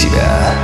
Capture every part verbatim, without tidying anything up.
себя.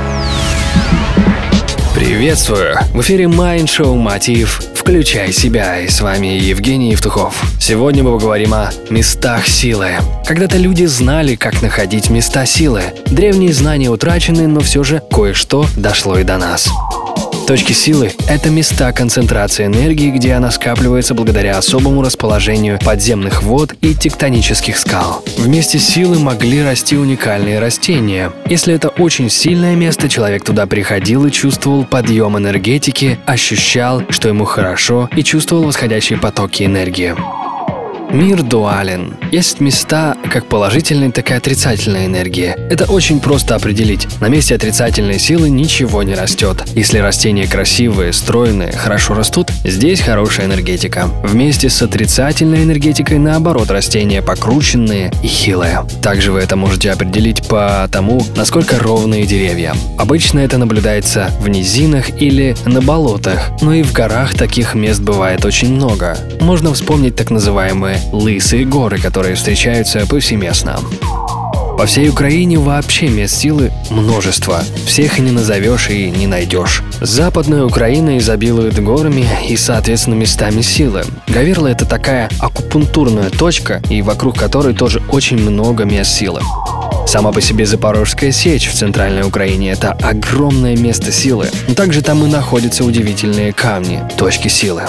Приветствую! В эфире Mind Show Мотив «Включай себя», и с вами Евгений Евтухов. Сегодня мы поговорим о местах силы. Когда-то люди знали, как находить места силы. Древние знания утрачены, но все же кое-что дошло и до нас. Точки силы — это места концентрации энергии, где она скапливается благодаря особому расположению подземных вод и тектонических скал. В месте силы могли расти уникальные растения. Если это очень сильное место, человек туда приходил и чувствовал подъем энергетики, ощущал, что ему хорошо, и чувствовал восходящие потоки энергии. Мир дуален. Есть места как положительной, так и отрицательной энергии. Это очень просто определить. На месте отрицательной силы ничего не растет. Если растения красивые, стройные, хорошо растут, здесь хорошая энергетика. Вместе с отрицательной энергетикой, наоборот, растения покрученные и хилые. Также вы это можете определить по тому, насколько ровные деревья. Обычно это наблюдается в низинах или на болотах, но и в горах таких мест бывает очень много. Можно вспомнить так называемые лысые горы, которые встречаются повсеместно. По всей Украине вообще мест силы множество. Всех и не назовешь, и не найдешь. Западная Украина изобилует горами и, соответственно, местами силы. Гаверла — это такая акупунктурная точка, и вокруг которой тоже очень много мест силы. Сама по себе Запорожская сечь в центральной Украине — это огромное место силы. Но также там и находятся удивительные камни, точки силы.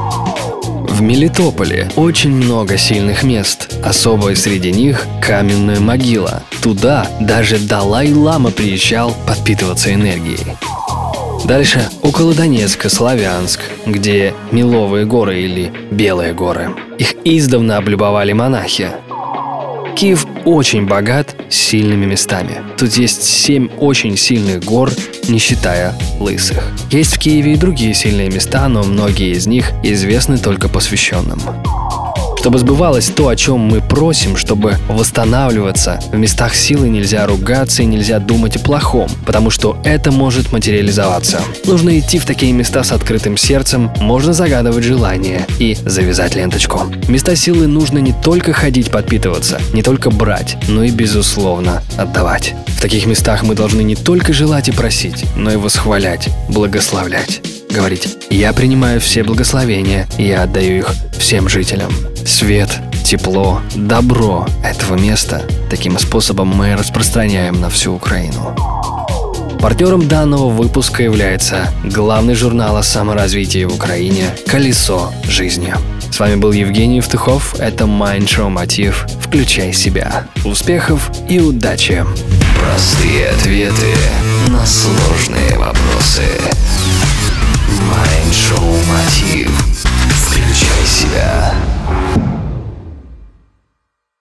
В Мелитополе очень много сильных мест. Особое среди них – каменная могила. Туда даже Далай-лама приезжал подпитываться энергией. Дальше около Донецка Славянск, где Меловые горы или Белые горы. Их издавна облюбовали монахи. Киев очень богат сильными местами. Тут есть семь очень сильных гор, не считая лысых. Есть в Киеве и другие сильные места, но многие из них известны только посвященным. Чтобы сбывалось то, о чем мы просим, чтобы восстанавливаться, в местах силы нельзя ругаться и нельзя думать о плохом, потому что это может материализоваться. Нужно идти в такие места с открытым сердцем, можно загадывать желания и завязать ленточку. В места силы нужно не только ходить подпитываться, не только брать, но и, безусловно, отдавать. В таких местах мы должны не только желать и просить, но и восхвалять, благословлять. Говорить: «Я принимаю все благословения, и я отдаю их всем жителям». Свет, тепло, добро этого места таким способом мы распространяем на всю Украину. Партнером данного выпуска является главный журнал о саморазвитии в Украине «Колесо жизни». С вами был Евгений Евтухов. Это Mind Show Мотив «Включай себя». Успехов и удачи! Простые ответы на сложные вопросы. Mind Show Мотив.